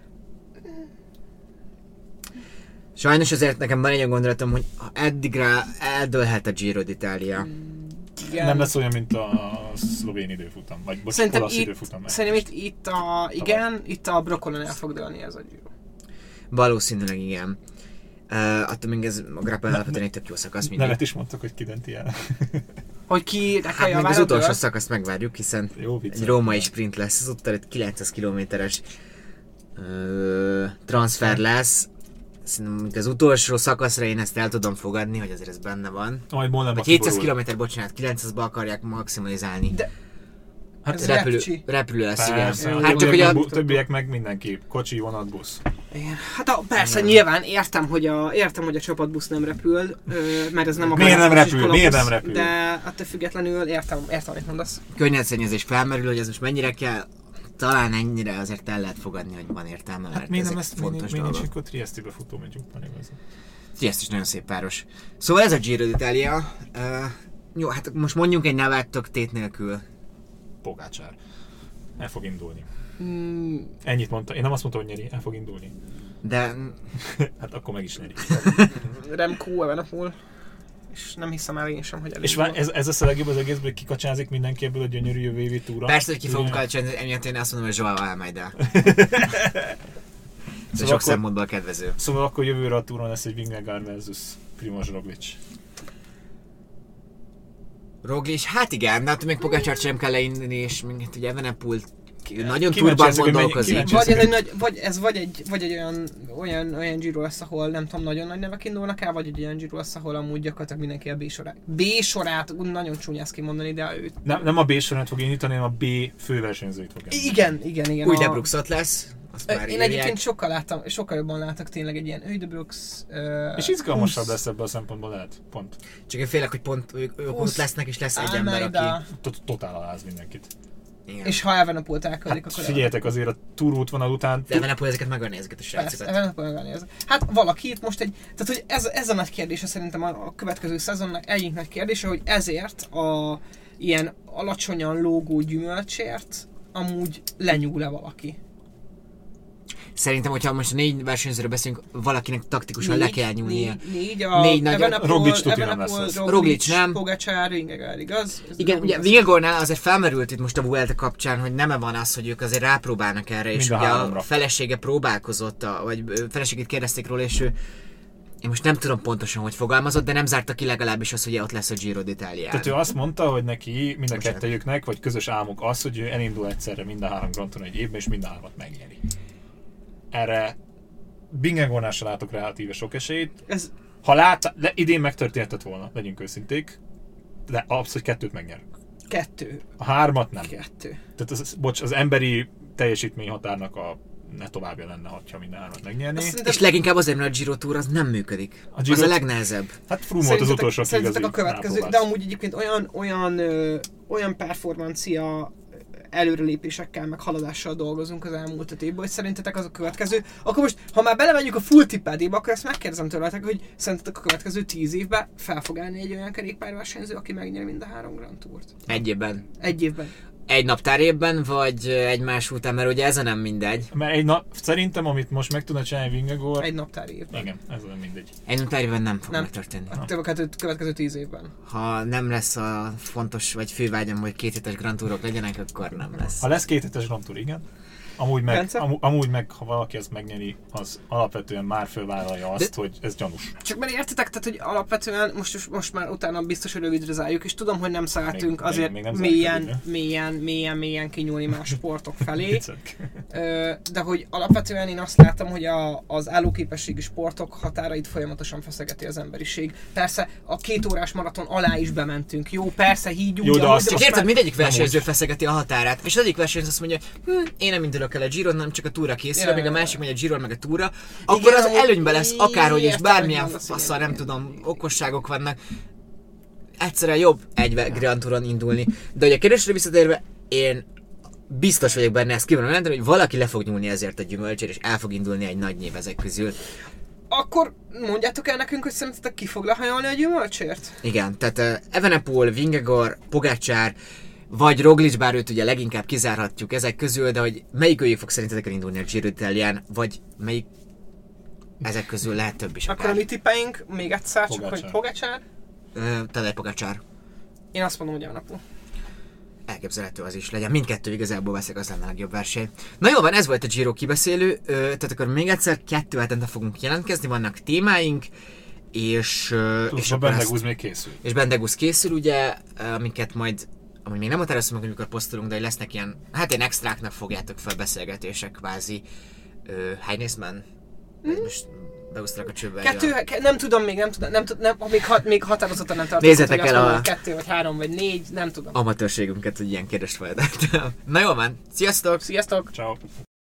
Sajnos azért nekem van egy gondolatom, hogy eddigre eldőlhet a Giro d'Italia. Igen. Nem lesz olyan, mint a szlovén időfutam, vagy olasz időfutam. Szerintem itt a Brokonon el fog dőlni ez a Giro. Valószínűleg igen. Attól még ez a Grappa alapvetően egy tök jó szakasz mindig. Nevet is mondtak, hogy ki dönti el. Hogy ki hát még az utolsó szakaszt megvárjuk, hiszen egy római sprint lesz, az ott egy 900 kilométeres transfer lesz. Szerintem az utolsó szakaszra én ezt el tudom fogadni, hogy azért ez benne van. Vagy 700 km, bocsánat, 900-ba akarják maximalizálni. De hát repülő lesz, persze, igen. Hát csak hogy a többiek meg mindenki. Kocsi, vonat, busz. Igen. Hát persze, nyilván értem, hogy a csapatbusz nem repül, mert ez nem a Miért nem repül? De attól függetlenül értem, amit mondasz. Környezetszennyezés felmerül, hogy ez most mennyire kell. Talán ennyire azért el lehet fogadni, hogy van értelme, mert hát ezek fontos dolgok. Miért akkor Trieste-be futó megyünk, van igaz. Trieste is nagyon szép város. Szóval ez a Giro d'Italia. Jó, hát most mondjunk egy nevet tét nélkül. Pogačar. El fog indulni. Ennyit mondta. Én nem azt mondtam, hogy nyeri, el fog indulni. De... hát akkor meg is nyeri. Remco Evenepoel. És nem hiszem el én sem, hogy elég. És ez az a legjobb az egészből, hogy kikacsázik mindenki ebből a gyönyörű jövő évi túra. Persze, hogy ki fogunk kacsázni, emiatt én azt mondom, hogy Joao Almeida. Ez sok szempontból kedvező. Szóval akkor jövőre a túron lesz egy Vingegaard versus Primož Roglič. Roglič, hát igen, de hát még Pogačart sem kell leindulni, és még ugye Evenepoel nagyon turban gondolkozik. Vagy egy olyan Giro lesz, ahol nem tudom, nagyon nagy nevek indulnak el, vagy egy olyan Giro lesz, ahol amúgy gyakorlatilag mindenki a B-sorát, nagyon csúnyász kimondani, de őt... Nem a B-sorát fog indítani, hanem a B főversenyzőit fog indítani. Igen. Új Debruxot lesz. Én egyébként sokkal jobban látok tényleg egy ilyen Debruxs... és izgalmasabb lesz ebből a szempontból lehet, pont. Csak én félek, hogy pont ők ott lesznek, és lesz egy ember, aki... Totál aláz mindenkit. Igen. És ha Evenepoelt elküldik, akkor... Figyeljetek, azért a túrútvonal után... De Evenepoel ezeket megvenni, ezeket a srácokat. Persze, Evenepoel megvenni ezeket. Hát valaki itt most egy... Tehát, hogy ez a nagy kérdése szerintem a következő szezonnak egyik nagy kérdése, hogy ezért a ilyen alacsonyan lógó gyümölcsért amúgy lenyúl-e valaki. Szerintem, hogyha most a 4 versenyzőről beszélünk, valakinek taktikusan le kell nyúlnia. Négy Roglič tuti nem lesz. Roglič nem. Pogačar, Vingegaard, igaz? Igen, ugye Vingegaardnál azért felmerült itt most a Vuelta kapcsán, hogy nem van az, hogy ők azért rápróbálnak erre, és ugye a felesége próbálkozott, vagy feleségét kérdezték róla, és ő én most nem tudom pontosan, hogy fogalmazott, de nem zárta ki legalábbis az, hogy ott lesz a Giro d'Italia. Tehát ő azt mondta, hogy neki mind a kettőjüknek, vagy közös álmuk az, hogy ő elindul egyszerre mind a 3 Grand Touron egy évben, és mind a 3-at megnyeri. Erre Vingegaardnál sem látok relatíve sok esélyt. De idén megtörténhetett volna, legyünk őszinték. De abszolút 2-t megnyerünk. 2. A 3-at nem. 2. Tehát az emberi teljesítményhatárnak a ne továbbja lenne, ha minden 3-at megnyerné. És leginkább azért, mert a Giro Tour az nem működik. Az a legnehezebb. Hát Froome volt az utolsó, szerintetek a következő, de amúgy egyébként olyan performancia előrelépésekkel, meg haladással dolgozunk az elmúlt 5 évben, hogy szerintetek az a következő. Akkor most, ha már belemegyünk a full tippádéba, akkor ezt megkérdezem tőletek, hogy szerintetek a következő 10 évben fel fog állni egy olyan kerékpárversenyző, aki megnyeri mind a 3 Grand Tourt? Egy évben. Egy évben. Egy naptárévben, vagy egymás után, mert ugye ez a nem mindegy. Mert szerintem, amit most meg tudna csinálni Vingegaard... Egy naptári évben. Igen, ez nem mindegy. Egy naptárévben nem fog megtörténni. A következő 10 évben. Ha nem lesz a fontos vagy fővágyam, hogy 2 hétes Grand Tourok legyenek, akkor nem lesz. Ha lesz 2 hétes Grand Tour, igen. Amúgy meg, ha valaki ezt megnyeri, az alapvetően már fölvállalja azt, hogy ez gyanús. Csak mert értitek, tehát, hogy alapvetően most már utána biztos, hogy rövidre zárjuk, és tudom, hogy nem szálltunk azért mélyen kinyúlni más sportok felé. De hogy alapvetően én azt látom, hogy az állóképességi sportok határait folyamatosan feszegeti az emberiség. Persze a 2 órás maraton alá is bementünk. Jó, persze hígyunk. De azt érted, mindegyik versenyző feszegeti a határát, és az egyik versenyző azt mondja, én nem indulok el a Giron, nem csak a túra készül, még a másik megy a Giron, meg a túra, akkor az előnyben lesz akárhogy is, bármilyen fasszal, nem tudom, okosságok vannak. Egyszerűen jobb egy Grand Touron indulni. De hogy a kérdésre visszatérve, én biztos vagyok benne, ezt kívánom jelenteni, hogy valaki le fog nyúlni ezért a gyümölcsért, és el fog indulni egy nagy név ezek közül. Akkor mondjátok el nekünk, hogy szerintetek ki fog lehajolni a gyümölcsért? Igen, tehát Evenepoel, Vingegaard, Pogačar, vagy Roglic, bár őt ugye leginkább kizárhatjuk ezek közül, de hogy melyik őjük fog szerintetek elindulni a Giro d'Italián, vagy melyik ezek közül lehet több is. Akkor a mi tippeink még egyszer, csak hogy Pogačar? Tadej Pogačar. Én azt mondom, hogy Evenepoel. Elképzelhető az is legyen. Mindkettő igazából veszek, az lenne a legjobb verseny. Na jó van, ez volt a Giro kibeszélő, tehát akkor még egyszer 2 hetente fogunk jelentkezni, vannak témáink, és a Bendegúz még készül. És Bendegúz készül, ugye, amiket majd amúgy még nem határozom meg, hogy mikor posztolunk, de lesznek ilyen, hát ilyen extráknak fogjátok fel beszélgetések, kvázi Heinesmann. Most beúsztalak a csőbe. Nem tudom, még határozottan nem tartom. Nézzetek el 2 vagy 3 vagy 4, nem tudom. Amatőrségünket, hogy ilyen kérdést feltettem. Na jó van, sziasztok! Sziasztok! Ciao.